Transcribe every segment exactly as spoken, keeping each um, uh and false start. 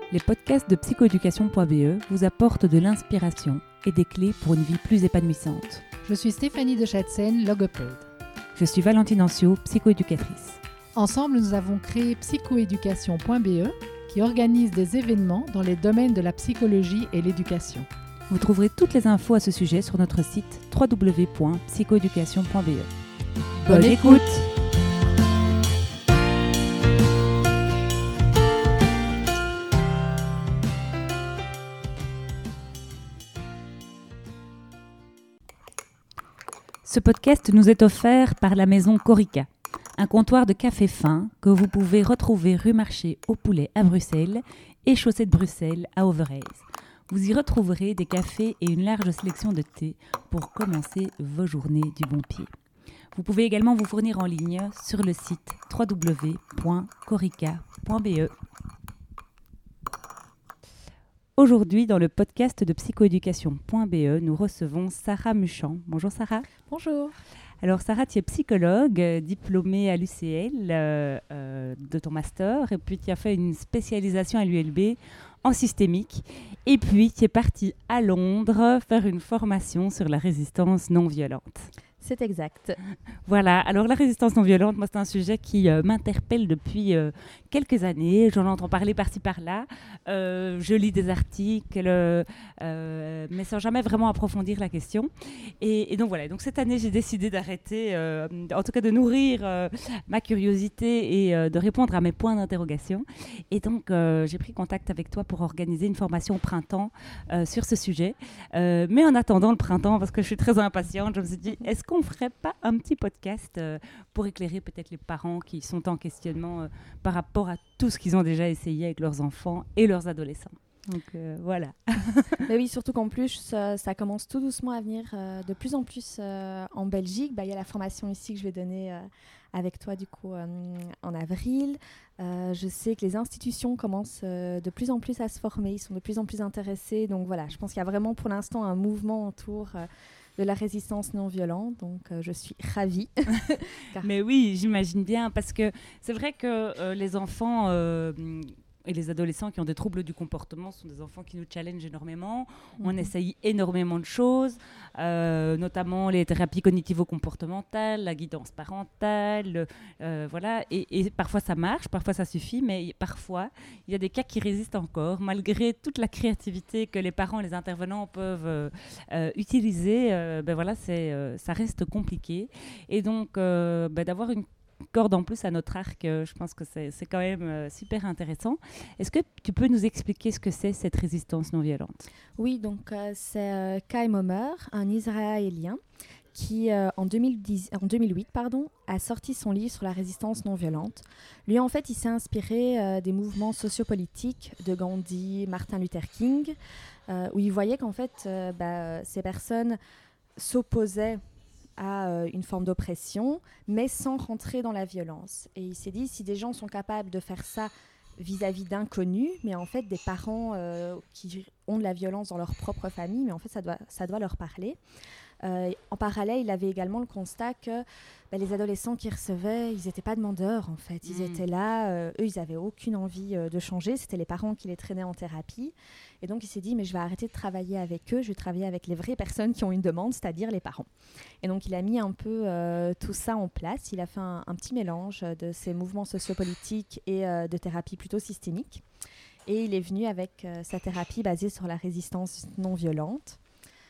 Les podcasts de psychoéducation point b e vous apportent de l'inspiration et des clés pour une vie plus épanouissante. Je suis Stéphanie de Chatsen, logopède. Je suis Valentine Ancio, psychoéducatrice. Ensemble, nous avons créé psychoéducation point b e qui organise des événements dans les domaines de la psychologie et l'éducation. Vous trouverez toutes les infos à ce sujet sur notre site w w w point psychoéducation point b e. Bonne, Bonne écoute, écoute Ce podcast nous est offert par la maison Corica, un comptoir de café fin que vous pouvez retrouver rue Marché au Poulet à Bruxelles et chaussée de Bruxelles à Overijse. Vous y retrouverez des cafés et une large sélection de thé pour commencer vos journées du bon pied. Vous pouvez également vous fournir en ligne sur le site w w w point corica point b e. Aujourd'hui, dans le podcast de psychoéducation point b e, nous recevons Sarah Muchant. Bonjour Sarah. Bonjour. Alors Sarah, tu es psychologue, euh, diplômée à l'U C L euh, euh, de ton master, et puis tu as fait une spécialisation à l'U L B en systémique, et puis tu es partie à Londres faire une formation sur la résistance non violente. C'est exact. Voilà, alors la résistance non violente, moi c'est un sujet qui euh, m'interpelle depuis euh, quelques années, j'en entends parler par-ci par-là, euh, je lis des articles, euh, mais sans jamais vraiment approfondir la question. Et, et donc voilà, donc cette année j'ai décidé d'arrêter, euh, en tout cas de nourrir euh, ma curiosité et euh, de répondre à mes points d'interrogation. Et donc euh, j'ai pris contact avec toi pour organiser une formation au printemps euh, sur ce sujet. Euh, mais en attendant le printemps, parce que je suis très impatiente, je me suis dit, est-ce qu'on ne ferait pas un petit podcast euh, pour éclairer peut-être les parents qui sont en questionnement euh, par rapport à tout ce qu'ils ont déjà essayé avec leurs enfants et leurs adolescents. Donc euh, voilà. Mais oui, surtout qu'en plus, ça, ça commence tout doucement à venir euh, de plus en plus euh, en Belgique. Bah, y a la formation ici que je vais donner euh, avec toi du coup euh, en avril. Euh, je sais que les institutions commencent euh, de plus en plus à se former. Ils sont de plus en plus intéressés. Donc voilà, je pense qu'il y a vraiment pour l'instant un mouvement autour euh, de la résistance non violente, donc euh, je suis ravie. Car... Mais oui, j'imagine bien, parce que c'est vrai que euh, les enfants euh, et les adolescents qui ont des troubles du comportement sont des enfants qui nous challengent énormément. Mm-hmm. On essaye énormément de choses, euh, notamment les thérapies cognitivo-comportementales, la guidance parentale, euh, voilà. Et, et parfois ça marche, parfois ça suffit, mais parfois il y a des cas qui résistent encore, malgré toute la créativité que les parents, les intervenants peuvent euh, euh, utiliser. Euh, ben voilà, c'est, euh, ça reste compliqué. Et donc, euh, ben d'avoir une corde en plus à notre arc, euh, je pense que c'est, c'est quand même euh, super intéressant. Est-ce que tu peux nous expliquer ce que c'est cette résistance non violente ? Oui, donc euh, c'est euh, Kai Momer, un Israélien, qui euh, en, deux mille dix, en deux mille huit pardon, a sorti son livre sur la résistance non violente. Lui, en fait, il s'est inspiré euh, des mouvements sociopolitiques de Gandhi, Martin Luther King, euh, où il voyait qu'en fait, euh, bah, ces personnes s'opposaient à euh, une forme d'oppression, mais sans rentrer dans la violence. Et il s'est dit, si des gens sont capables de faire ça vis-à-vis d'inconnus, mais en fait des parents euh, qui ont de la violence dans leur propre famille, mais en fait ça doit, ça doit leur parler. Euh, en parallèle, il avait également le constat que bah, les adolescents qui recevaient, ils n'étaient pas demandeurs en fait. Ils mmh. étaient là, euh, eux, ils n'avaient aucune envie euh, de changer. C'était les parents qui les traînaient en thérapie. Et donc, il s'est dit, mais je vais arrêter de travailler avec eux. Je vais travailler avec les vraies personnes qui ont une demande, c'est-à-dire les parents. Et donc, il a mis un peu euh, tout ça en place. Il a fait un, un petit mélange de ces mouvements sociopolitiques et euh, de thérapie plutôt systémique. Et il est venu avec euh, sa thérapie basée sur la résistance non violente.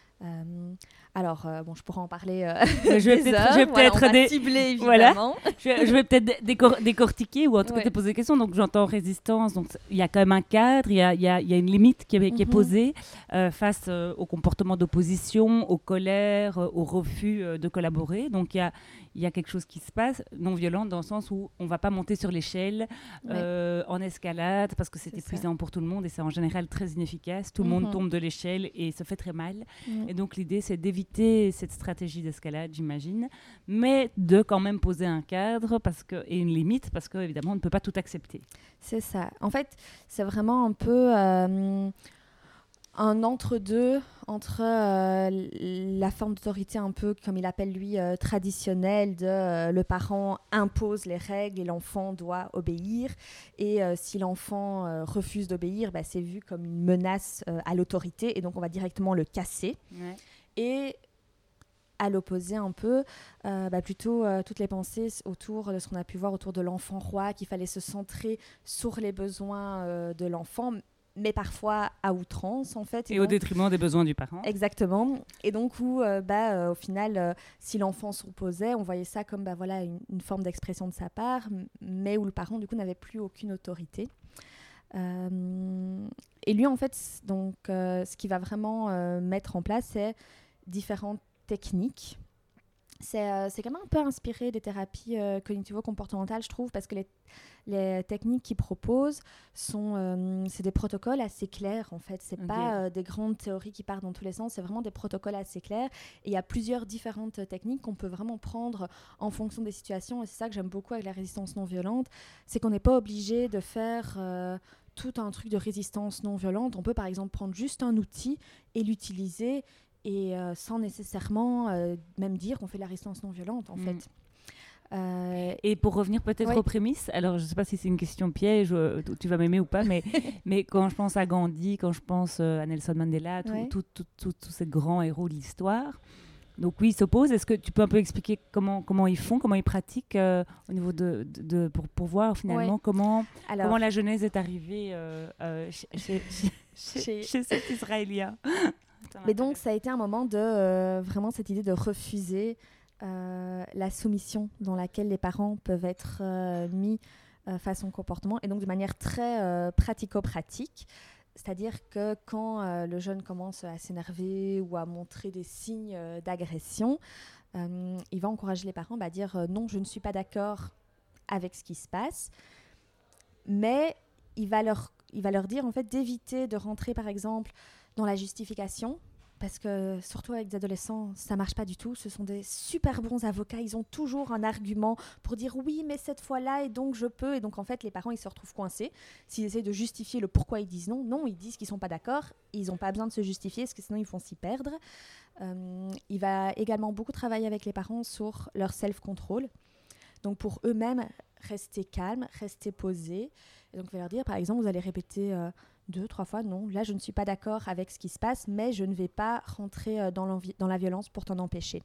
Euh, alors, euh, bon, je pourrais en parler euh, je vais des peut-être, heures. Je vais voilà, peut-être on des... va cibler, évidemment. Voilà. je, vais, je vais peut-être décor- décortiquer ou en tout cas ouais. te poser des questions. Donc, j'entends résistance. Donc, il y a quand même un cadre, il y a, y a, y a une limite qui est, mm-hmm. qui est posée euh, face euh, au comportement d'opposition, aux colères, euh, au refus euh, de collaborer. Donc, il y a, y a quelque chose qui se passe, non violente, dans le sens où on ne va pas monter sur l'échelle euh, ouais. en escalade parce que c'est, c'est épuisant ça. Pour tout le monde et c'est en général très inefficace. Tout mm-hmm. le monde tombe de l'échelle et se fait très mal. Mm-hmm. Et donc, l'idée, c'est d'éviter cette stratégie d'escalade, j'imagine, mais de quand même poser un cadre parce que, et une limite parce qu'évidemment, on ne peut pas tout accepter. C'est ça. En fait, c'est vraiment un peu... Euh, un entre-deux entre euh, la forme d'autorité un peu, comme il appelle lui, euh, traditionnelle, de euh, le parent impose les règles et l'enfant doit obéir. Et euh, si l'enfant euh, refuse d'obéir, bah, c'est vu comme une menace euh, à l'autorité et donc on va directement le casser. Ouais. Et à l'opposé un peu, euh, bah, plutôt euh, toutes les pensées autour de ce qu'on a pu voir autour de l'enfant roi, qu'il fallait se centrer sur les besoins euh, de l'enfant, mais parfois à outrance en fait. Et, et au donc, détriment des besoins du parent. Exactement. Et donc où, euh, bah, euh, au final, euh, si l'enfant s'opposait, on voyait ça comme bah, voilà, une, une forme d'expression de sa part, m- mais où le parent du coup n'avait plus aucune autorité. Euh, et lui en fait, c- donc, euh, ce qu'il va vraiment euh, mettre en place, c'est différentes techniques. C'est, euh, c'est quand même un peu inspiré des thérapies euh, cognitivo-comportementales, je trouve, parce que les, les techniques qu'il propose sont euh, c'est des protocoles assez clairs, en fait. C'est Ok. pas euh, des grandes théories qui partent dans tous les sens, c'est vraiment des protocoles assez clairs. Et il y a plusieurs différentes techniques qu'on peut vraiment prendre en fonction des situations. Et c'est ça que j'aime beaucoup avec la résistance non violente, c'est qu'on n'est pas obligé de faire euh, tout un truc de résistance non violente. On peut par exemple prendre juste un outil et l'utiliser et euh, sans nécessairement euh, même dire qu'on fait de la résistance non violente en Mm. fait. Euh, Et pour revenir peut-être Oui. aux prémices, alors je ne sais pas si c'est une question piège, euh, tu vas m'aimer ou pas, mais, mais quand je pense à Gandhi, quand je pense euh, à Nelson Mandela, tous Ouais. tout, tout, tout, tous ces grands héros de l'histoire, donc oui, ils s'opposent. Est-ce que tu peux un peu expliquer comment, comment ils font, comment ils pratiquent euh, au niveau de, de, de- pour, pour voir finalement Ouais. comment, alors, comment la Genèse est arrivée euh, euh, chez, chez, chez, chez, Chez- chez cet Israélien. Ça mais donc m'intéresse. ça a été un moment de euh, vraiment cette idée de refuser euh, la soumission dans laquelle les parents peuvent être euh, mis euh, face au comportement et donc de manière très euh, pratico-pratique. C'est-à-dire que quand euh, le jeune commence à s'énerver ou à montrer des signes euh, d'agression, euh, il va encourager les parents bah, à dire euh, non, je ne suis pas d'accord avec ce qui se passe, mais il va leur, il va leur dire en fait d'éviter de rentrer par exemple dans la justification, parce que surtout avec des adolescents, ça marche pas du tout. Ce sont des super bons avocats, ils ont toujours un argument pour dire oui, mais cette fois-là, et donc je peux. Et donc en fait, les parents, ils se retrouvent coincés. S'ils essaient de justifier le pourquoi ils disent non, non, ils disent qu'ils sont pas d'accord. Ils n'ont pas besoin de se justifier, parce que sinon ils vont s'y perdre. Euh, il va également beaucoup travailler avec les parents sur leur self-control. Donc pour eux-mêmes, rester calme, rester posé. Et donc il va leur dire, par exemple, vous allez répéter euh, deux, trois fois, non, là je ne suis pas d'accord avec ce qui se passe, mais je ne vais pas rentrer euh, dans, l'envi- dans la violence pour t'en empêcher.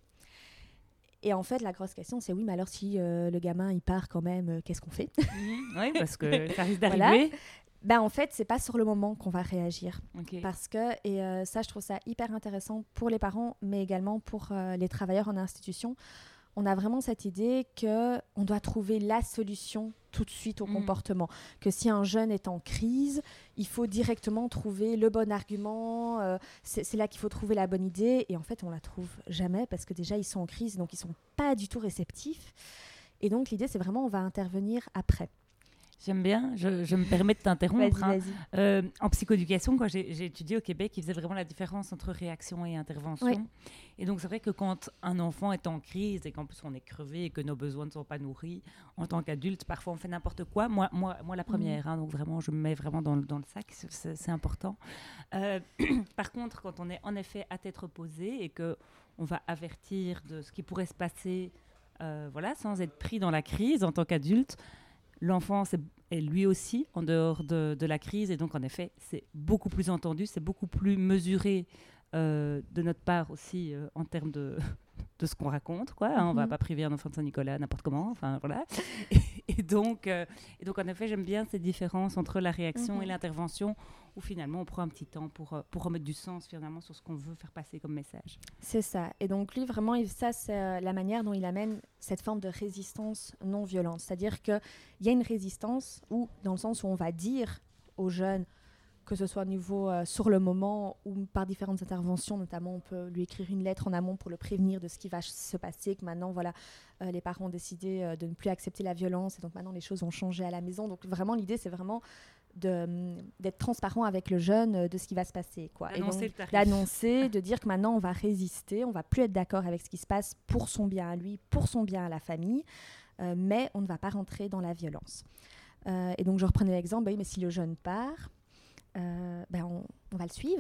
Et en fait, la grosse question, c'est oui, mais alors si euh, le gamin, il part quand même, euh, qu'est-ce qu'on fait? Mhm. Oui, parce que ça risque Voilà. d'arriver. Ben en fait, c'est pas sur le moment qu'on va réagir. Ok. Parce que, et euh, ça, je trouve ça hyper intéressant pour les parents, mais également pour euh, les travailleurs en institution. On a vraiment cette idée qu'on doit trouver la solution tout de suite au Mm. comportement. Que si un jeune est en crise, il faut directement trouver le bon argument. euh, c'est, c'est là qu'il faut trouver la bonne idée. Et en fait, on la trouve jamais parce que déjà, ils sont en crise, donc ils sont pas du tout réceptifs. Et donc, l'idée, c'est vraiment on va intervenir après. J'aime bien, je, je me permets de t'interrompre. Vas-y, hein. vas-y. Euh, en psychoéducation, quand j'ai, j'ai étudié au Québec, ils faisaient vraiment la différence entre réaction et intervention. Oui. Et donc, c'est vrai que quand un enfant est en crise et qu'en plus on est crevé et que nos besoins ne sont pas nourris, en tant qu'adulte, parfois on fait n'importe quoi. Moi, moi, moi la première, hein, donc vraiment, je me mets vraiment dans, le- dans le sac, c'est, c'est- c'est important. Euh, par contre, quand on est en effet à tête reposée et qu'on va avertir de ce qui pourrait se passer, euh, voilà, sans être pris dans la crise en tant qu'adulte, l'enfant c'est, est lui aussi en dehors de, de la crise et donc en effet c'est beaucoup plus entendu, c'est beaucoup plus mesuré euh, de notre part aussi euh, en termes de, de ce qu'on raconte, quoi. Hein, on va Mhm. pas priver un enfant de Saint-Nicolas n'importe comment, enfin voilà. Et, et donc, euh, et donc en effet j'aime bien cette différence entre la réaction Mhm. et l'intervention où finalement on prend un petit temps pour, euh, pour remettre du sens finalement sur ce qu'on veut faire passer comme message. C'est ça. Et donc lui, vraiment, il- ça, c'est euh, la manière dont il amène cette forme de résistance non violente. C'est-à-dire qu'il y a une résistance où, dans le sens où on va dire aux jeunes, que ce soit au niveau euh, sur le moment ou par différentes interventions, notamment on peut lui écrire une lettre en amont pour le prévenir de ce qui va ch- se passer, que maintenant, voilà, euh, les parents ont décidé euh, de ne plus accepter la violence et donc maintenant les choses ont changé à la maison. Donc vraiment, l'idée, c'est vraiment de, hum, d'être transparent avec le jeune euh, de ce qui va se passer, quoi. Et D'annoncer donc, le tarif. d'annoncer, de dire que maintenant on va résister, on va plus être d'accord avec ce qui se passe pour son bien à lui, pour son bien à la famille, euh, mais on ne va pas rentrer dans la violence. Euh, et donc je reprenais l'exemple, bah oui, mais si le jeune part, euh, ben on, on va le suivre.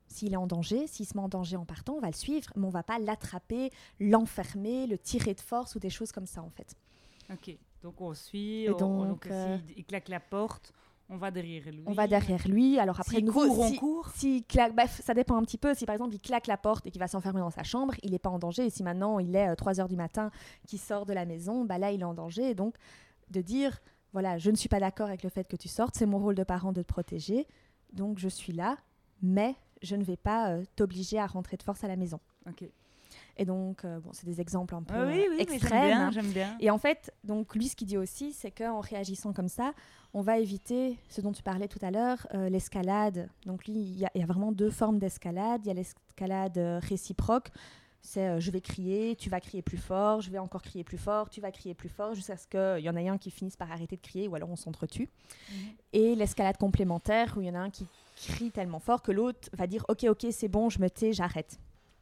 s'il est en danger, s'il se met en danger en partant, on va le suivre, mais on ne va pas l'attraper, l'enfermer, le tirer de force ou des choses comme ça en fait. Ok, donc on suit, Et on, donc, donc euh, s'il il claque la porte, on va derrière lui. On va derrière lui. Alors après, S'il nouveau, court, on si, court s'il claque, bref, ça dépend un petit peu. Si par exemple il claque la porte et qu'il va s'enfermer dans sa chambre, il n'est pas en danger. Et si maintenant il est euh, trois heures du matin, qu'il sort de la maison, bah là il est en danger. Et donc de dire, voilà, je ne suis pas d'accord avec le fait que tu sortes, c'est mon rôle de parent de te protéger. Donc je suis là, mais je ne vais pas euh, t'obliger à rentrer de force à la maison. Ok. Et donc, euh, bon, c'est des exemples un peu Ah oui, euh, oui, mais extrêmes. j'aime bien, j'aime bien. Et en fait, donc lui, ce qu'il dit aussi, c'est qu'en réagissant comme ça, on va éviter ce dont tu parlais tout à l'heure, euh, l'escalade. Donc lui, il y, y a vraiment deux formes d'escalade. Il y a l'escalade euh, réciproque. C'est euh, je vais crier, tu vas crier plus fort, je vais encore crier plus fort, tu vas crier plus fort, jusqu'à ce qu'il y en ait un qui finisse par arrêter de crier ou alors on s'entretue. Mmh. Et l'escalade complémentaire, où il y en a un qui crie tellement fort que l'autre va dire « Ok, ok, c'est bon, je me tais, j'arrête ».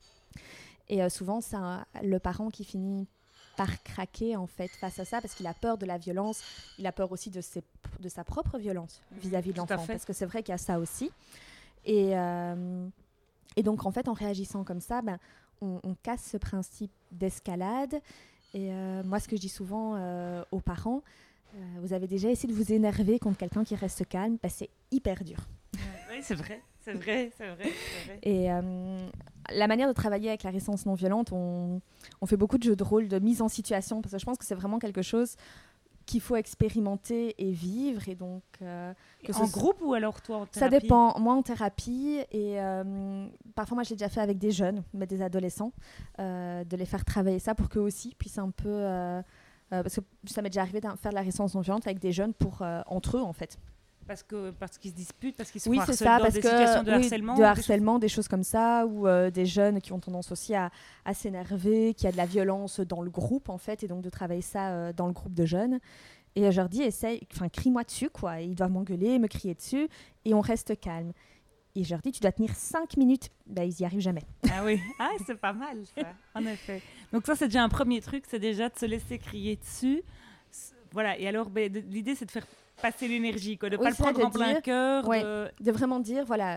Et euh, souvent, c'est un, le parent qui finit par craquer en fait face à ça parce qu'il a peur de la violence, il a peur aussi de, ses, de sa propre violence vis-à-vis de l'enfant, parce que c'est vrai qu'il y a ça aussi. Et, euh, et donc en fait, en réagissant comme ça, ben, on, on casse ce principe d'escalade. Et euh, moi, ce que je dis souvent euh, aux parents, euh, vous avez déjà essayé de vous énerver contre quelqu'un qui reste calme, ben, c'est hyper dur. Oui, c'est vrai. C'est vrai, c'est vrai, c'est vrai. Et euh, la manière de travailler avec la résistance non violente, on, on fait beaucoup de jeux de rôle, de mise en situation, parce que je pense que c'est vraiment quelque chose qu'il faut expérimenter et vivre. Et donc, euh, que en groupe ou alors toi en thérapie? Ça dépend. Moi en thérapie, et euh, parfois moi je l'ai déjà fait avec des jeunes, mais des adolescents, euh, de les faire travailler ça pour qu'eux aussi puissent un peu... Euh, euh, parce que ça m'est déjà arrivé de faire de la résistance non violente avec des jeunes pour, euh, entre eux en fait. Parce que parce qu'ils se disputent, parce qu'ils se oui, harcèlent c'est ça, dans parce des que, situations de oui, harcèlement, de harcèlement, des choses comme ça, ou euh, des jeunes qui ont tendance aussi à, à s'énerver, qu'il y a de la violence dans le groupe en fait, et donc de travailler ça euh, dans le groupe de jeunes. Et euh, je leur dis, essaye, enfin, crie-moi dessus quoi. Et ils doivent m'engueuler, me crier dessus, et on reste calme. Et je leur dis, tu dois tenir cinq minutes. Ben, ils n'y arrivent jamais. Ah oui, ah, c'est pas mal ça, en effet. Donc ça, c'est déjà un premier truc, c'est déjà de se laisser crier dessus. Voilà, et alors ben, de, l'idée, c'est de faire passer l'énergie, quoi, de ne oui, pas le prendre de en plein dire, cœur. Ouais, de... de vraiment dire, voilà,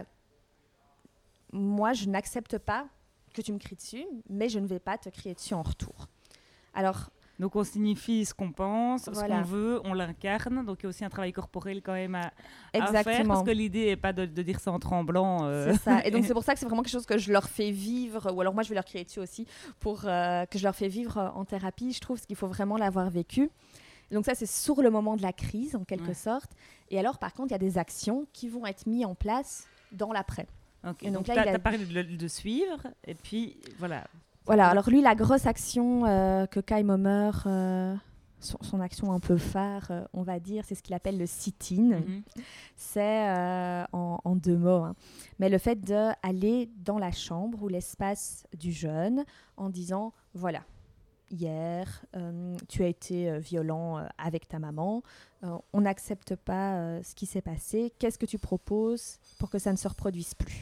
moi, je n'accepte pas que tu me cries dessus, mais je ne vais pas te crier dessus en retour. Alors... Donc on signifie ce qu'on pense, voilà. ce qu'on veut, on l'incarne. Donc il y a aussi un travail corporel quand même à, à faire, parce que l'idée n'est pas de, de dire ça en tremblant. Euh... C'est ça. Et donc c'est pour ça que c'est vraiment quelque chose que je leur fais vivre, ou alors moi je vais leur crier dessus aussi, pour euh, que je leur fais vivre en thérapie. Je trouve qu'il faut vraiment l'avoir vécu. Et donc ça c'est sur le moment de la crise en quelque ouais. sorte. Et alors par contre il y a des actions qui vont être mises en place dans l'après. Okay. Et donc, donc là tu as a... parlé de, de suivre, et puis voilà. Voilà, alors lui, la grosse action euh, que Kai Mommer, euh, son, son action un peu phare, euh, on va dire, c'est ce qu'il appelle le sit-in. Mm-hmm. C'est euh, en, en deux mots, hein. Mais le fait d'aller dans la chambre ou l'espace du jeune en disant, voilà, hier, euh, tu as été euh, violent euh, avec ta maman, euh, on n'accepte pas euh, ce qui s'est passé, qu'est-ce que tu proposes pour que ça ne se reproduise plus?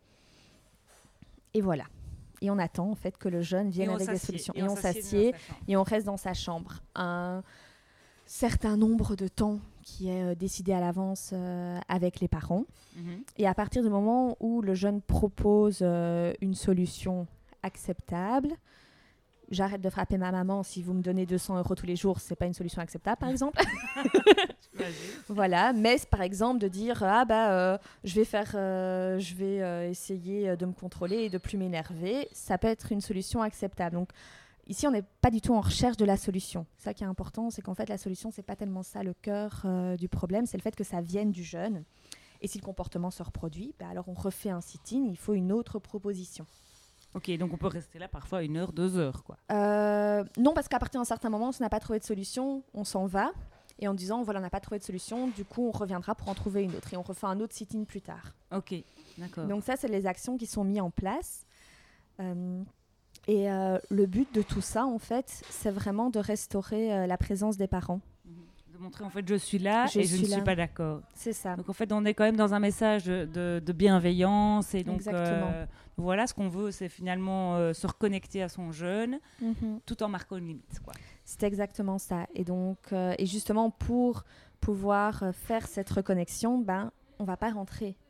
Et voilà. Et on attend en fait que le jeune vienne avec des solutions. Et, et on, on s'assied et on reste dans sa chambre. Un certain nombre de temps qui est euh, décidé à l'avance euh, avec les parents. Mm-hmm. Et à partir du moment où le jeune propose euh, une solution acceptable, j'arrête de frapper ma maman si vous me donnez deux cents euros tous les jours, c'est pas une solution acceptable par exemple. Voilà, mais par exemple de dire ah bah euh, je vais faire, euh, je vais euh, essayer de me contrôler et de plus m'énerver, ça peut être une solution acceptable. Donc ici on n'est pas du tout en recherche de la solution. Ça qui est important, c'est qu'en fait la solution c'est pas tellement ça le cœur euh, du problème, c'est le fait que ça vienne du jeune. Et si le comportement se reproduit, bah alors on refait un sit-in, il faut une autre proposition. Ok, donc on peut rester là parfois une heure, deux heures, quoi. Euh, non, parce qu'à partir d'un certain moment, si on n'a pas trouvé de solution, on s'en va. Et en disant, voilà, on n'a pas trouvé de solution, du coup, on reviendra pour en trouver une autre. Et on refait un autre sit-in plus tard. Ok, d'accord. Donc ça, c'est les actions qui sont mises en place. Euh, et euh, le but de tout ça, en fait, c'est vraiment de restaurer euh, la présence des parents. De montrer, en fait, je suis là je et je ne là. suis pas d'accord. C'est ça. Donc, en fait, on est quand même dans un message de, de bienveillance. Et donc, euh, voilà, ce qu'on veut, c'est finalement euh, se reconnecter à son jeune, mm-hmm. tout en marquant une limite, quoi. C'est exactement ça. Et donc, euh, et justement, pour pouvoir euh, faire cette reconnexion, ben, on ne va pas rentrer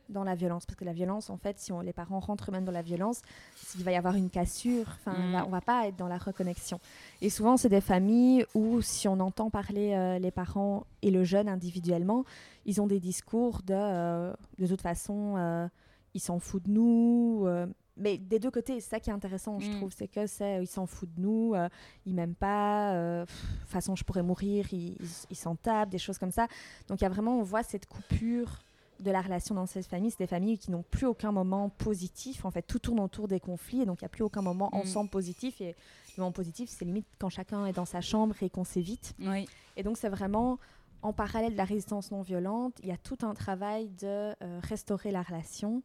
dans la violence, parce que la violence, en fait, si on, les parents rentrent eux-mêmes dans la violence, il va y avoir une cassure, enfin, Mmh. on ne va pas être dans la reconnexion. Et souvent, c'est des familles où, si on entend parler euh, les parents et le jeune individuellement, ils ont des discours de, euh, de toute façon, euh, ils s'en foutent de nous, euh, mais des deux côtés, c'est ça qui est intéressant, je Mm. trouve, c'est que c'est, ils s'en foutent de nous, euh, ils m'aiment pas, euh, pff, de toute façon, je pourrais mourir, ils, ils, ils s'en tapent, des choses comme ça. Donc, il y a vraiment, on voit cette coupure de la relation dans cette famille. C'est des familles qui n'ont plus aucun moment positif. En fait, tout tourne autour des conflits, et donc il n'y a plus aucun moment Mm. ensemble positif. Et le moment positif, c'est limite quand chacun est dans sa chambre et qu'on s'évite. Oui. Et donc, c'est vraiment, en parallèle de la résistance non violente, il y a tout un travail de euh, restaurer la relation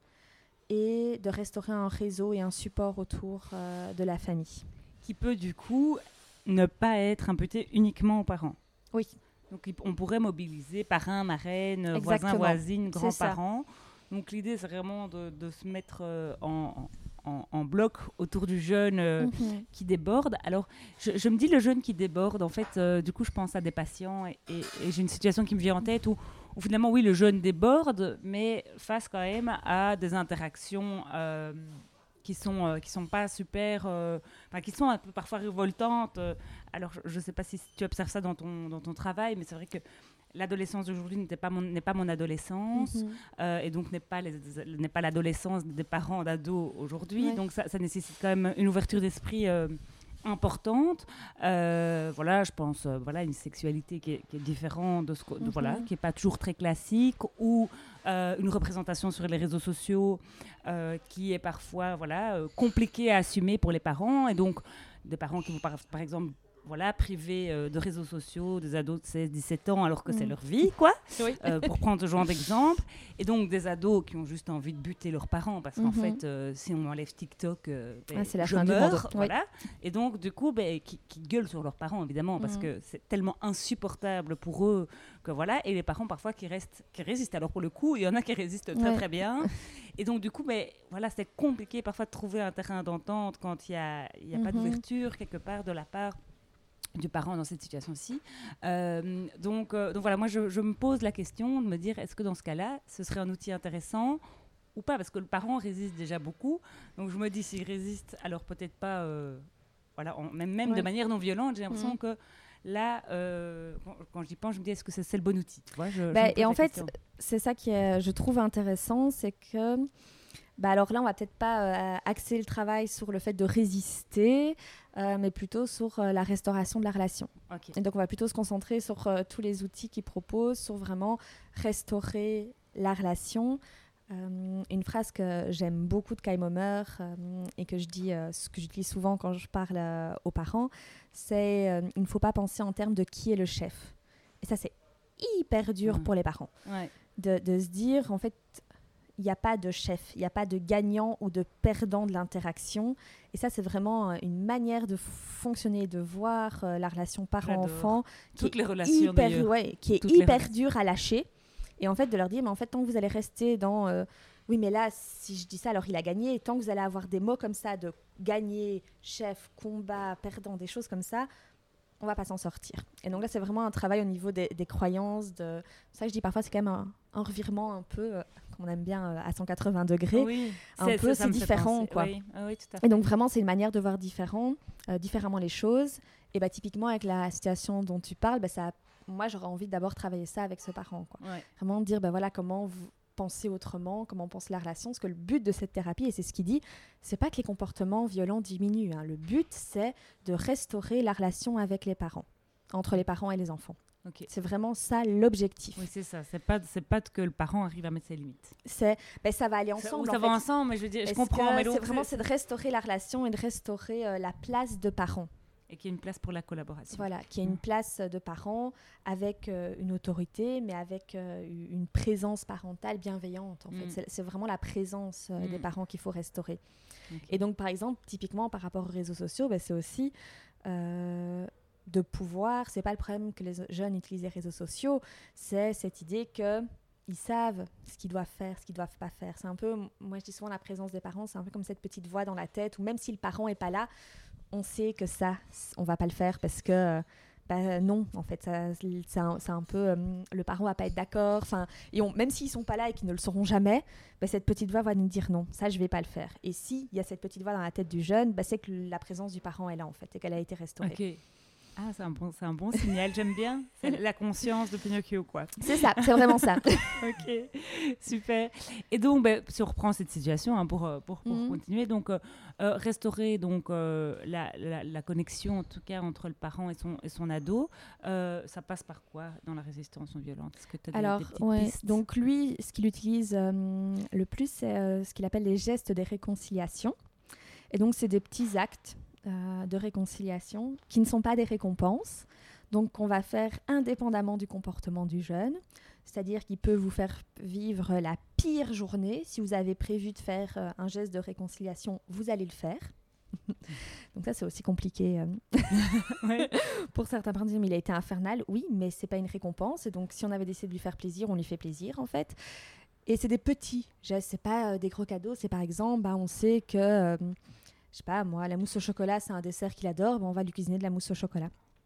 et de restaurer un réseau et un support autour euh, de la famille. Qui peut du coup ne pas être imputé uniquement aux parents. Oui. Donc il- on pourrait mobiliser parrains, marraines, voisins, Exactement. voisines, C'est ça. grands-parents. Donc l'idée c'est vraiment de, de se mettre euh, en, en, en bloc autour du jeune euh, Mhm. qui déborde. Alors je, je me dis le jeune qui déborde, en fait, euh, du coup je pense à des patients et, et- et j'ai une situation qui me vient en tête où, où finalement oui le jeune déborde, mais face quand même à des interactions euh, qui sont euh, qui sont pas super, euh, enfin qui sont un peu parfois révoltantes. euh. Alors je ne sais pas si tu observes ça dans ton dans ton travail, mais c'est vrai que l'adolescence d'aujourd'hui n'était pas mon, n'est pas mon adolescence, Mhm. euh, et donc n'est pas, les, n'est pas l'adolescence des parents d'ados aujourd'hui. Ouais. Donc ça, ça nécessite quand même une ouverture d'esprit euh, importante. Euh, voilà, je pense euh, voilà, une sexualité qui est, qui est différente, de ce que- de, Mhm. voilà, qui n'est pas toujours très classique, ou euh, une représentation sur les réseaux sociaux euh, qui est parfois voilà, euh, compliquée à assumer pour les parents. Et donc, des parents qui vont par, par exemple voilà, privés euh, de réseaux sociaux, des ados de seize dix-sept ans, alors que c'est Mm. leur vie, quoi, Oui. euh, pour prendre ce genre d'exemple. Et donc, des ados qui ont juste envie de buter leurs parents, parce qu'en Mhm. fait, euh, si on enlève TikTok, euh, ben, Ah, c'est la je fin du meurs, monde. Oui. voilà. Et donc, du coup, ben, qui, qui gueulent sur leurs parents, évidemment, parce Mhm. que c'est tellement insupportable pour eux que voilà. Et les parents, parfois, qui, restent, qui résistent. Alors, pour le coup, il y en a qui résistent très, Ouais. très bien. Et donc, du coup, ben, voilà, c'est compliqué parfois de trouver un terrain d'entente quand il n'y a, il y a pas Mhm. d'ouverture quelque part de la part du parent dans cette situation-ci. Euh, donc, euh, donc voilà, moi je, je me pose la question de me dire, est-ce que dans ce cas-là, ce serait un outil intéressant ou pas? Parce que le parent résiste déjà beaucoup. Donc je me dis, s'il résiste, alors peut-être pas, euh, voilà, en- même, même Ouais. de manière non violente, j'ai l'impression Mhm. que là, euh, quand, quand j'y pense, je me dis, est-ce que c'est, c'est le bon outil, tu vois, je- je Bah, me pose et en la fait, question. c'est ça qui est, je trouve intéressant, c'est que, bah alors là, on va peut-être pas euh, axer le travail sur le fait de résister, euh, mais plutôt sur euh, la restauration de la relation. Ok. Et donc, on va plutôt se concentrer sur euh, tous les outils qu'ils proposent, sur vraiment restaurer la relation. Euh, une phrase que j'aime beaucoup de Kai Mommer euh, et que je dis, euh, ce que j'utilise souvent quand je parle euh, aux parents, c'est euh, il ne faut pas penser en termes de qui est le chef. Et ça, c'est hyper dur Mhm. pour les parents Ouais. de, de se dire, en fait, il n'y a pas de chef, il n'y a pas de gagnant ou de perdant de l'interaction. Et ça, c'est vraiment euh, une manière de fonctionner, de voir euh, la relation parent-enfant qui Toutes est les relations, hyper, d'ailleurs. ouais, qui est Toutes les hyper relations. dure à lâcher. Et en fait, de leur dire, mais en fait, tant que vous allez rester dans... euh, oui, mais là, si je dis ça, alors il a gagné. Et tant que vous allez avoir des mots comme ça, de gagner, chef, combat, perdant, des choses comme ça, on va pas s'en sortir. Et donc là, c'est vraiment un travail au niveau des, des croyances. De... C'est ça que je dis parfois, c'est quand même un, un revirement un peu, euh, qu'on aime bien, euh, à cent quatre-vingts degrés. Oui, un c'est, peu, ça, ça c'est me fait différent, penser. quoi. Oui, ah oui, tout à fait. Et donc vraiment, c'est une manière de voir différent, euh, différemment les choses. Et bah, typiquement, avec la situation dont tu parles, bah, ça, moi, j'aurais envie d'abord travailler ça avec ce parent, quoi. Ouais. Vraiment dire, bah, voilà, comment vous pensez autrement, comment on pense la relation. Parce que le but de cette thérapie, et c'est ce qu'il dit, c'est pas que les comportements violents diminuent, hein. Le but, c'est de restaurer la relation avec les parents, entre les parents et les enfants. Ok. C'est vraiment ça l'objectif. Oui, c'est ça. C'est pas, c'est pas que le parent arrive à mettre ses limites. C'est, ben, ça va aller Ça, ensemble. ou ça en va fait. ensemble, mais je veux dire, je Parce comprends. que Mais donc, c'est vraiment c'est de restaurer la relation et de restaurer euh, la place de parents. Et qu'il y ait une place pour la collaboration. Voilà, qu'il y ait une Mm. place de parents avec euh, une autorité, mais avec euh, une présence parentale bienveillante. En fait, Mm. c'est, c'est vraiment la présence euh, Mm. des parents qu'il faut restaurer. Ok. Et donc, par exemple, typiquement par rapport aux réseaux sociaux, ben, c'est aussi euh, de pouvoir. C'est pas le problème que les jeunes utilisent les réseaux sociaux, c'est cette idée que ils savent ce qu'ils doivent faire, ce qu'ils doivent pas faire. C'est un peu, moi je dis souvent la présence des parents, c'est un peu comme cette petite voix dans la tête où même si le parent est pas là, on sait que ça, on va pas le faire parce que bah, non, en fait, ça, c'est, un, c'est un peu, euh, le parent va pas être d'accord, et on, même s'ils sont pas là et qu'ils ne le sauront jamais, bah, cette petite voix va nous dire non, ça je vais pas le faire. Et s'il y a cette petite voix dans la tête du jeune, bah, c'est que la présence du parent est là en fait, et qu'elle a été restaurée. Ok. Ah, c'est un bon, c'est un bon signal, j'aime bien. C'est la conscience de Pinocchio, quoi. C'est ça, c'est vraiment ça. Ok, super. Et donc, ben, si on reprend cette situation hein, pour, pour, pour mmh. continuer, donc euh, euh, restaurer donc, euh, la, la, la connexion, en tout cas, entre le parent et son, et son ado, euh, ça passe par quoi dans la résistance non violente? Est-ce que tu as Alors, des, des petites ouais, pistes? donc lui, ce qu'il utilise euh, le plus, c'est euh, ce qu'il appelle les gestes de réconciliation. Et donc, c'est des petits actes Euh, de réconciliation qui ne sont pas des récompenses, donc qu'on va faire indépendamment du comportement du jeune, c'est-à-dire qu'il peut vous faire vivre la pire journée. Si vous avez prévu de faire euh, un geste de réconciliation, vous allez le faire. Donc ça, c'est aussi compliqué euh, ouais. Pour certains parents, mais il a été infernal. Oui, mais c'est pas une récompense, et donc si on avait décidé de lui faire plaisir, on lui fait plaisir en fait. Et c'est des petits gestes, c'est pas euh, des gros cadeaux. C'est par exemple, bah, on sait que euh, je sais pas, moi, la mousse au chocolat, c'est un dessert qu'il adore, ben on va lui cuisiner de la mousse au chocolat.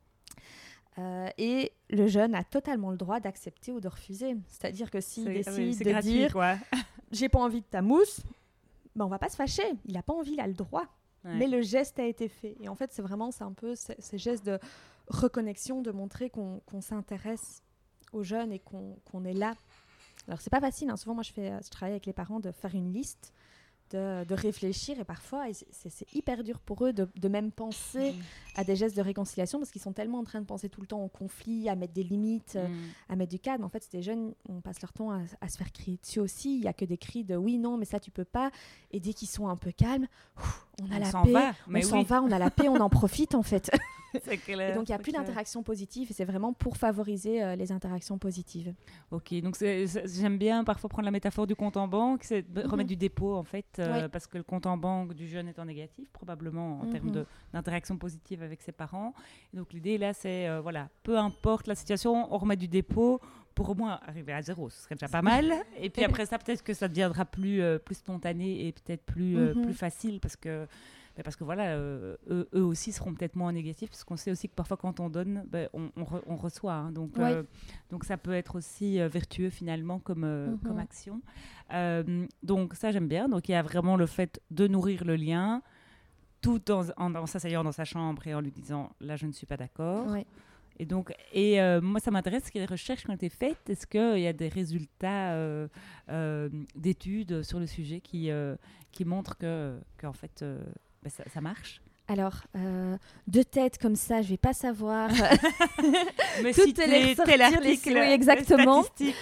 Euh, et le jeune a totalement le droit d'accepter ou de refuser. C'est-à-dire que s'il c'est, décide oui, de gratuit, dire quoi. J'ai pas envie de ta mousse, ben on va pas se fâcher. Il a pas envie, il a le droit. Ouais. Mais le geste a été fait. Et en fait, c'est vraiment, c'est un peu ces, ces gestes de reconnexion, de montrer qu'on, qu'on s'intéresse aux jeunes et qu'on, qu'on est là. Alors, c'est pas facile. Hein. Souvent, moi, je, fais, je travaille avec les parents de faire une liste. De, de réfléchir, et parfois c'est, c'est hyper dur pour eux de, de même penser mmh. à des gestes de réconciliation, parce qu'ils sont tellement en train de penser tout le temps au conflit, à mettre des limites, mmh. à mettre du cadre. En fait, c'est des jeunes, on passe leur temps à, à se faire crier dessus aussi. Il n'y a que des cris de oui, non, mais ça tu peux pas. Et dès qu'ils sont un peu calmes, ouf, on a on la s'en paix, va, mais on oui. s'en va, on a la paix, on en profite en fait. C'est clair, et donc il n'y a c'est plus clair. d'interaction positive, et c'est vraiment pour favoriser euh, les interactions positives. Ok, donc c'est, c'est, j'aime bien parfois prendre la métaphore du compte en banque, c'est de mm-hmm. remettre du dépôt en fait, euh, oui. parce que le compte en banque du jeune est en négatif, probablement en mm-hmm. termes de, d'interaction positive avec ses parents. Et donc l'idée là, c'est euh, voilà, peu importe la situation, on remet du dépôt pour au moins arriver à zéro, ce serait déjà pas mal. Et puis après ça, peut-être que ça deviendra plus, euh, plus spontané et peut-être plus, euh, mm-hmm. plus facile, parce que parce que voilà, euh, eux, eux aussi seront peut-être moins négatifs, parce qu'on sait aussi que parfois quand on donne, ben, on, on, re, on reçoit. Hein, donc, oui. euh, donc ça peut être aussi euh, vertueux finalement comme, euh, mm-hmm. comme action. Euh, donc ça j'aime bien. Donc il y a vraiment le fait de nourrir le lien, tout en, en, en s'asseyant dans sa chambre et en lui disant là je ne suis pas d'accord. Oui. Et donc, et euh, moi ça m'intéresse, est-ce qu'il y a des recherches qui ont été faites, est-ce qu'il y a des résultats euh, euh, d'études sur le sujet qui, euh, qui montrent que, qu'en fait euh, ben ça, ça marche? Alors, euh, de tête comme ça, je ne vais pas savoir. Mais si tu les tel article, les... Oui, exactement.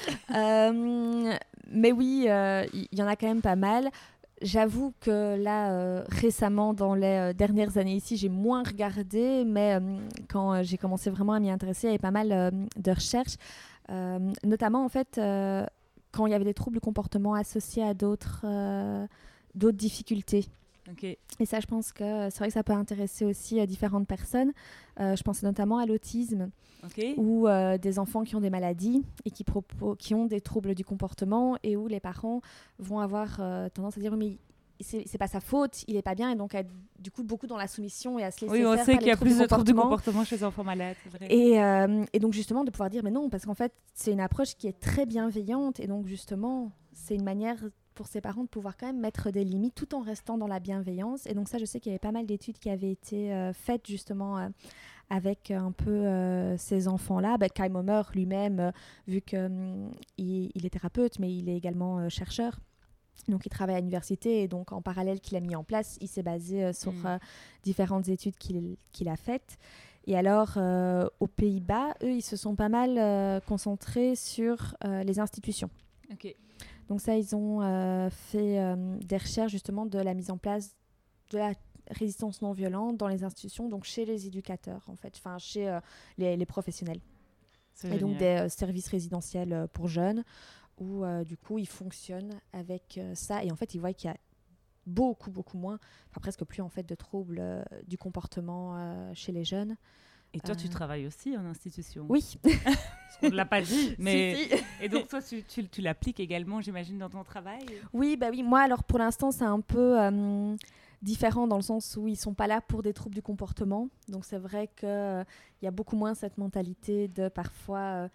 euh, mais oui, il euh, y, y en a quand même pas mal. J'avoue que là, euh, récemment, dans les euh, dernières années ici, j'ai moins regardé, mais euh, quand euh, j'ai commencé vraiment à m'y intéresser, il y avait pas mal euh, de recherches, euh, notamment en fait, euh, quand il y avait des troubles du comportement associés à d'autres, euh, d'autres difficultés. Okay. Et ça, je pense que c'est vrai que ça peut intéresser aussi euh, différentes personnes. Euh, je pense notamment à l'autisme, okay. ou euh, des enfants qui ont des maladies et qui, propo- qui ont des troubles du comportement, et où les parents vont avoir euh, tendance à dire mais c'est, c'est pas sa faute, il est pas bien, et donc être du coup beaucoup dans la soumission et à se laisser oui, faire. Oui, on sait qu'il y a plus de troubles du comportement chez les enfants malades. C'est vrai. Et, euh, et donc justement de pouvoir dire mais non, parce qu'en fait c'est une approche qui est très bienveillante, et donc justement c'est une manière pour ses parents de pouvoir quand même mettre des limites tout en restant dans la bienveillance. Et donc ça, je sais qu'il y avait pas mal d'études qui avaient été euh, faites justement euh, avec un peu euh, ces enfants-là. Ben, Kai Mommer lui-même, euh, vu qu'il hum, il est thérapeute, mais il est également euh, chercheur. Donc il travaille à l'université, et donc en parallèle qu'il a mis en place, il s'est basé euh, sur mmh. euh, différentes études qu'il, qu'il a faites. Et alors, euh, aux Pays-Bas, eux, ils se sont pas mal euh, concentrés sur euh, les institutions. Ok. Donc ça, ils ont euh, fait euh, des recherches justement de la mise en place de la résistance non violente dans les institutions, donc chez les éducateurs en fait, enfin chez euh, les, les professionnels. C'est et génial. Donc des euh, services résidentiels euh, pour jeunes, où euh, du coup ils fonctionnent avec euh, ça, et en fait ils voient qu'il y a beaucoup beaucoup moins, enfin presque plus en fait de troubles euh, du comportement euh, chez les jeunes. Et toi, euh... tu travailles aussi en institution? Oui. Parce qu'on ne l'a pas dit. Mais... si, si. Et donc, toi, tu, tu, tu l'appliques également, j'imagine, dans ton travail? Oui, bah oui. Moi, alors, pour l'instant, c'est un peu euh, différents dans le sens où ils ne sont pas là pour des troubles du comportement. Donc c'est vrai qu'il euh, y a beaucoup moins cette mentalité de parfois euh,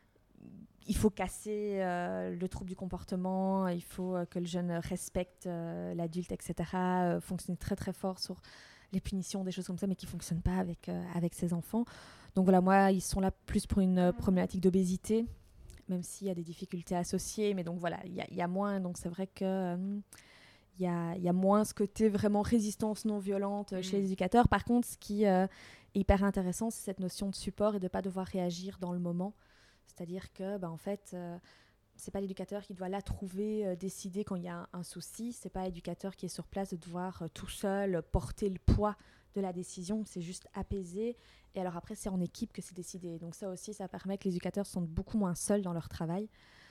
il faut casser euh, le trouble du comportement, il faut euh, que le jeune respecte euh, l'adulte, et cetera. Euh, fonctionner très très fort sur les punitions, des choses comme ça, mais qui ne fonctionnent pas avec, euh, avec ses enfants. Donc voilà, moi, ils sont là plus pour une euh, problématique d'obésité, même s'il y a des difficultés associées. Mais donc voilà, il y, y a moins. Donc c'est vrai que... Euh, Il y, a, il y a moins ce côté vraiment résistance non violente mmh. chez les éducateurs. Par contre, ce qui euh, est hyper intéressant, c'est cette notion de support et de ne pas devoir réagir dans le moment. C'est-à-dire que, bah, en fait, euh, ce n'est pas l'éducateur qui doit là trouver, euh, décider quand il y a un, un souci. Ce n'est pas l'éducateur qui est sur place de devoir euh, tout seul porter le poids de la décision. C'est juste apaiser. Et alors après, c'est en équipe que c'est décidé. Donc ça aussi, ça permet que les éducateurs se sentent beaucoup moins seuls dans leur travail.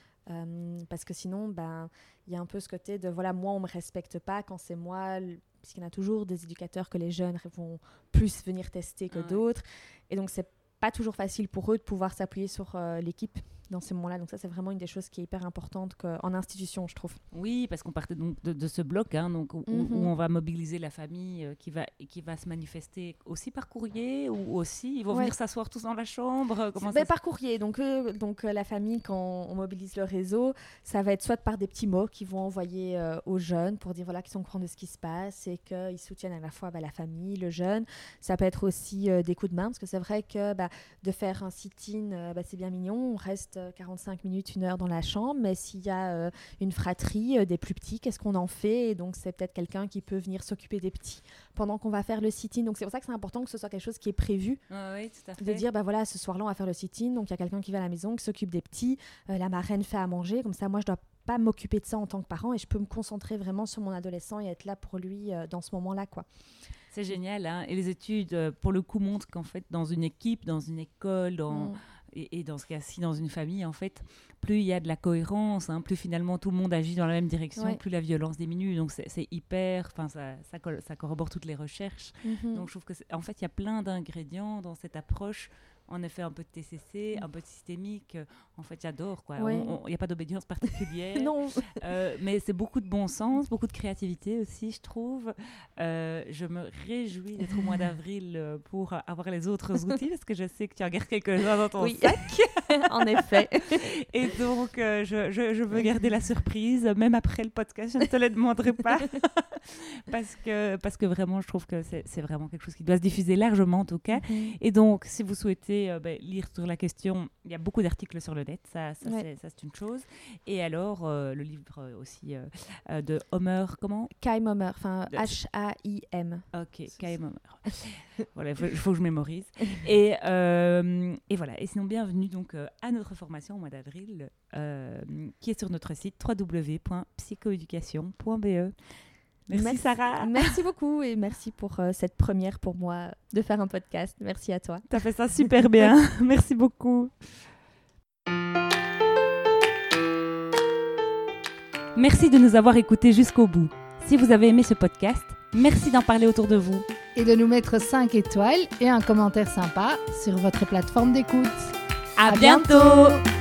Euh, parce que sinon, ben, y a un peu ce côté de voilà, moi on me respecte pas quand c'est moi, l- puisqu'il y en a toujours des éducateurs que les jeunes vont plus venir tester que ah ouais. d'autres, et donc c'est pas toujours facile pour eux de pouvoir s'appuyer sur euh, l'équipe dans ces moments-là. Donc ça, c'est vraiment une des choses qui est hyper importante que, en institution, je trouve. Oui, parce qu'on partait donc de, de ce bloc hein, donc, où, mm-hmm. où on va mobiliser la famille euh, qui, va, qui va se manifester aussi par courrier, ou aussi ils vont ouais. venir s'asseoir tous dans la chambre. Comment ben, ça par courrier. Donc, euh, donc euh, la famille, quand on mobilise le réseau, ça va être soit par des petits mots qu'ils vont envoyer euh, aux jeunes pour dire voilà, qu'ils sont au courant de ce qui se passe et qu'ils soutiennent à la fois bah, la famille, le jeune. Ça peut être aussi euh, des coups de main, parce que c'est vrai que bah, de faire un sit-in, euh, bah, c'est bien mignon, on reste quarante-cinq minutes, une heure dans la chambre, mais s'il y a euh, une fratrie, euh, des plus petits, qu'est-ce qu'on en fait? Et donc c'est peut-être quelqu'un qui peut venir s'occuper des petits pendant qu'on va faire le sit-in. Donc c'est pour ça que c'est important que ce soit quelque chose qui est prévu. Ah oui, tout à fait. De dire, bah voilà, ce soir-là, on va faire le sit-in, donc il y a quelqu'un qui va à la maison, qui s'occupe des petits, euh, la marraine fait à manger, comme ça moi je dois pas m'occuper de ça en tant que parent et je peux me concentrer vraiment sur mon adolescent et être là pour lui euh, dans ce moment-là, quoi. C'est génial, hein. Et les études, euh, pour le coup, montrent qu'en fait, dans une équipe, dans une école, dans... Mm. Et, et dans ce cas-ci, dans une famille, en fait, plus il y a de la cohérence, hein, plus finalement tout le monde agit dans la même direction, ouais. plus la violence diminue. Donc c'est, c'est hyper, enfin ça, ça, ça corrobore toutes les recherches. Mm-hmm. Donc je trouve que, en fait, il y a plein d'ingrédients dans cette approche. En effet, un peu de T C C, un peu de systémique. En fait, j'adore, quoi. Il ouais. n'y a pas d'obédience particulière. Non. Euh, mais c'est beaucoup de bon sens, beaucoup de créativité aussi, je trouve. Euh, je me réjouis d'être au mois d'avril pour avoir les autres outils, parce que je sais que tu en gardes quelques-uns dans ton oui. sac. En effet. Et donc, euh, je, je, je veux garder la surprise. Même après le podcast, je ne te le demanderai pas. parce, que, parce que vraiment, je trouve que c'est, c'est vraiment quelque chose qui doit se diffuser largement, en tout cas. Mm-hmm. Et donc, si vous souhaitez Euh, ben, lire sur la question, il y a beaucoup d'articles sur le net, ça, ça, ouais. c'est, ça c'est une chose. Et alors, euh, le livre aussi euh, euh, de Homer, comment Chaim Homer, enfin H A I M. Ok, Chaim Homer. Voilà, il faut, faut que je mémorise. et, euh, et voilà, et sinon, bienvenue donc, euh, à notre formation au mois d'avril, euh, qui est sur notre site w w w point psychoéducation point b e. Merci, merci Sarah. Merci beaucoup et merci pour euh, cette première pour moi de faire un podcast. Merci à toi. Tu as fait ça super bien. Merci beaucoup. Merci de nous avoir écoutés jusqu'au bout. Si vous avez aimé ce podcast, merci d'en parler autour de vous. Et de nous mettre cinq étoiles et un commentaire sympa sur votre plateforme d'écoute. À, à bientôt, bientôt